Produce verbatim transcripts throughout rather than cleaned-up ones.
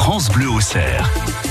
France Bleu Auxerre.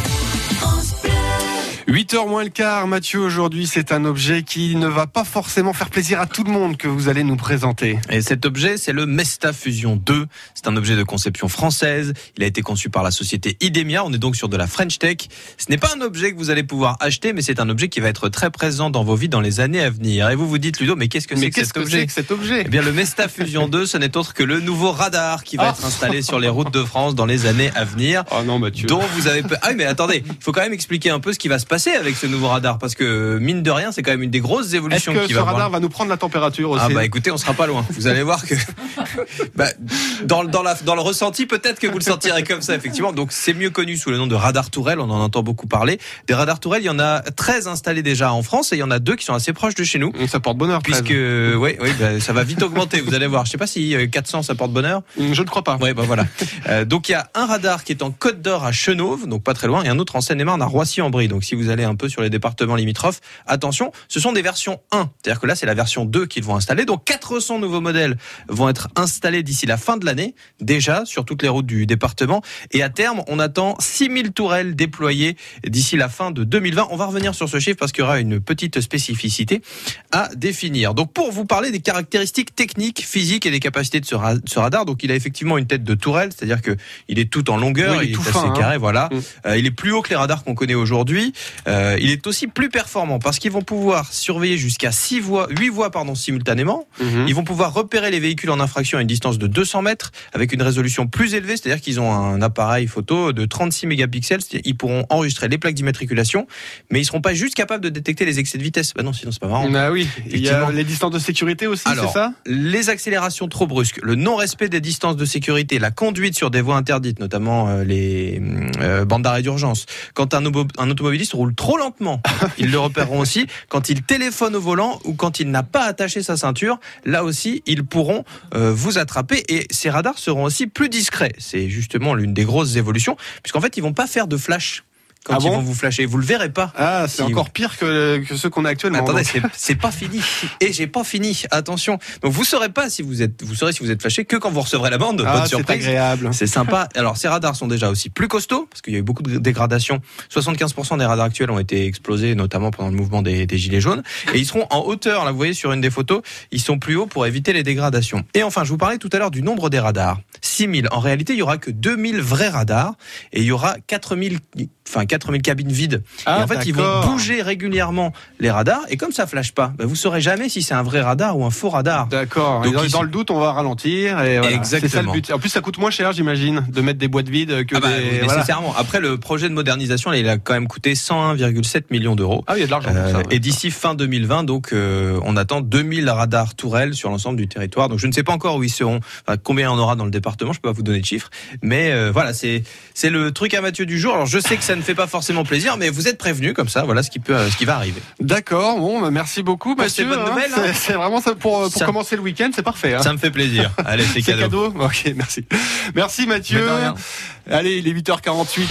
huit heures moins le quart, Mathieu, aujourd'hui, c'est un objet qui ne va pas forcément faire plaisir à tout le monde que vous allez nous présenter. Et cet objet, c'est le Mesta Fusion deux. C'est un objet de conception française. Il a été conçu par la société Idemia. On est donc sur de la French Tech. Ce n'est pas un objet que vous allez pouvoir acheter, mais c'est un objet qui va être très présent dans vos vies dans les années à venir. Et vous vous dites, Ludo, mais qu'est-ce que c'est que cet objet ? que cet objet Eh bien, le Mesta Fusion deux, ce n'est autre que le nouveau radar qui va ah. être installé sur les routes de France dans les années à venir. Oh non, Mathieu. Dont vous avez peur. Ah oui, mais attendez, il faut quand même expliquer un peu ce qui va se passer avec ce nouveau radar, parce que mine de rien, c'est quand même une des grosses évolutions. Est-ce que qui ce va radar voir. va nous prendre la température aussi ? Ah bah écoutez, on sera pas loin. Vous allez voir que bah, dans, dans, la, dans le ressenti, peut-être que vous le sentirez comme ça, effectivement. Donc c'est mieux connu sous le nom de radar tourelle, on en entend beaucoup parler. Des radars tourelles, il y en a treize installés déjà en France et il y en a deux qui sont assez proches de chez nous. Ça porte bonheur. Puisque oui, oui, bah, ça va vite augmenter, vous allez voir. Je sais pas si quatre cents ça porte bonheur. Je ne crois pas. Oui, bah voilà. Euh, donc il y a un radar qui est en Côte d'Or à Chenôve, donc pas très loin, et un autre en Seine-et-Marne à Roissy-en-Brie. Donc si vous allez un peu sur les départements limitrophes, attention, ce sont des versions un. C'est-à-dire que là, c'est la version deux qu'ils vont installer. Donc quatre cents nouveaux modèles vont être installés d'ici la fin de l'année, déjà sur toutes les routes du département. Et à terme, on attend six mille tourelles déployées d'ici la fin de deux mille vingt. On va revenir sur ce chiffre parce qu'il y aura une petite spécificité à définir. Donc pour vous parler des caractéristiques techniques, physiques et des capacités de ce, ra- ce radar, donc il a effectivement une tête de tourelle, c'est-à-dire que il est tout en longueur, oui, il est, il est tout assez fin, carré, hein. voilà. Mm. Euh, il est plus haut que les radars qu'on connaît aujourd'hui. Euh, il est aussi plus performant parce qu'ils vont pouvoir surveiller jusqu'à six voies, huit voies pardon, simultanément. Mm-hmm. Ils vont pouvoir repérer les véhicules en infraction à une distance de deux cents mètres avec une résolution plus élevée, c'est-à-dire qu'ils ont un appareil photo de trente-six mégapixels. Ils pourront enregistrer les plaques d'immatriculation, mais ils seront pas juste capables de détecter les excès de vitesse. Bah non, sinon c'est pas marrant. Ah oui, il y a les distances de sécurité aussi, Alors, c'est ça ? Les accélérations trop brusques, le non-respect des distances de sécurité, la conduite sur des voies interdites, notamment euh, les euh, bandes d'arrêt d'urgence. Quand un, obo- un automobiliste roule trop lentement, ils le repéreront aussi. Quand il téléphone au volant ou quand il n'a pas attaché sa ceinture, là aussi, ils pourront euh, vous attraper. Et ces radars seront aussi plus discrets. C'est justement l'une des grosses évolutions, puisqu'en fait, ils vont pas faire de flash. Quand ah ils bon vont vous flasher, vous le verrez pas. Ah, c'est si encore vous... pire que, que ceux qu'on a actuellement. Attendez, c'est, c'est pas fini. Et j'ai pas fini. Attention. Donc vous saurez pas si vous êtes, vous saurez si vous êtes flashé que quand vous recevrez la bande. Ah, Bonne c'est surprise. agréable. C'est sympa. Alors ces radars sont déjà aussi plus costauds parce qu'il y a eu beaucoup de dégradations. soixante-quinze pour cent des radars actuels ont été explosés, notamment pendant le mouvement des, des gilets jaunes. Et ils seront en hauteur. Là, vous voyez sur une des photos, ils sont plus hauts pour éviter les dégradations. Et enfin, je vous parlais tout à l'heure du nombre des radars. six mille. En réalité, il y aura que deux mille vrais radars et il y aura quatre mille, enfin quatre mille cabines vides. Ah, et en fait, d'accord. ils vont bouger régulièrement les radars. Et comme ça flash pas, ben vous saurez jamais si c'est un vrai radar ou un faux radar. D'accord. Donc, dans, ils dans sont... le doute, on va ralentir. Et voilà. Exactement. C'est ça le but. En plus, ça coûte moins cher, j'imagine, de mettre des boîtes vides que ah bah, des. Nécessairement. Voilà. Après, le projet de modernisation, là, il a quand même coûté cent un virgule sept millions d'euros. Ah, il y a de l'argent pour ça. Euh, Ouais. et d'ici fin deux mille vingt, donc, euh, on attend deux mille radars tourelles sur l'ensemble du territoire. Donc, je ne sais pas encore où ils seront, enfin, combien il y en aura dans le département. Je peux pas vous donner de chiffres. Mais euh, voilà, c'est c'est le truc à Mathieu du jour. Alors, je sais que ça ne fait pas forcément plaisir, mais vous êtes prévenus comme ça. Voilà ce qui peut, ce qui va arriver. D'accord. Bon, bah, merci beaucoup, Bon, Mathieu. c'est bonne hein. nouvelle, hein. c'est, c'est vraiment ça pour pour Ça- commencer le week-end. C'est parfait. Hein. Ça me fait plaisir. Allez, c'est C'est cadeau. cadeau. Ok, merci. Merci Mathieu. Mais de rien. Allez, il est huit heures quarante-huit.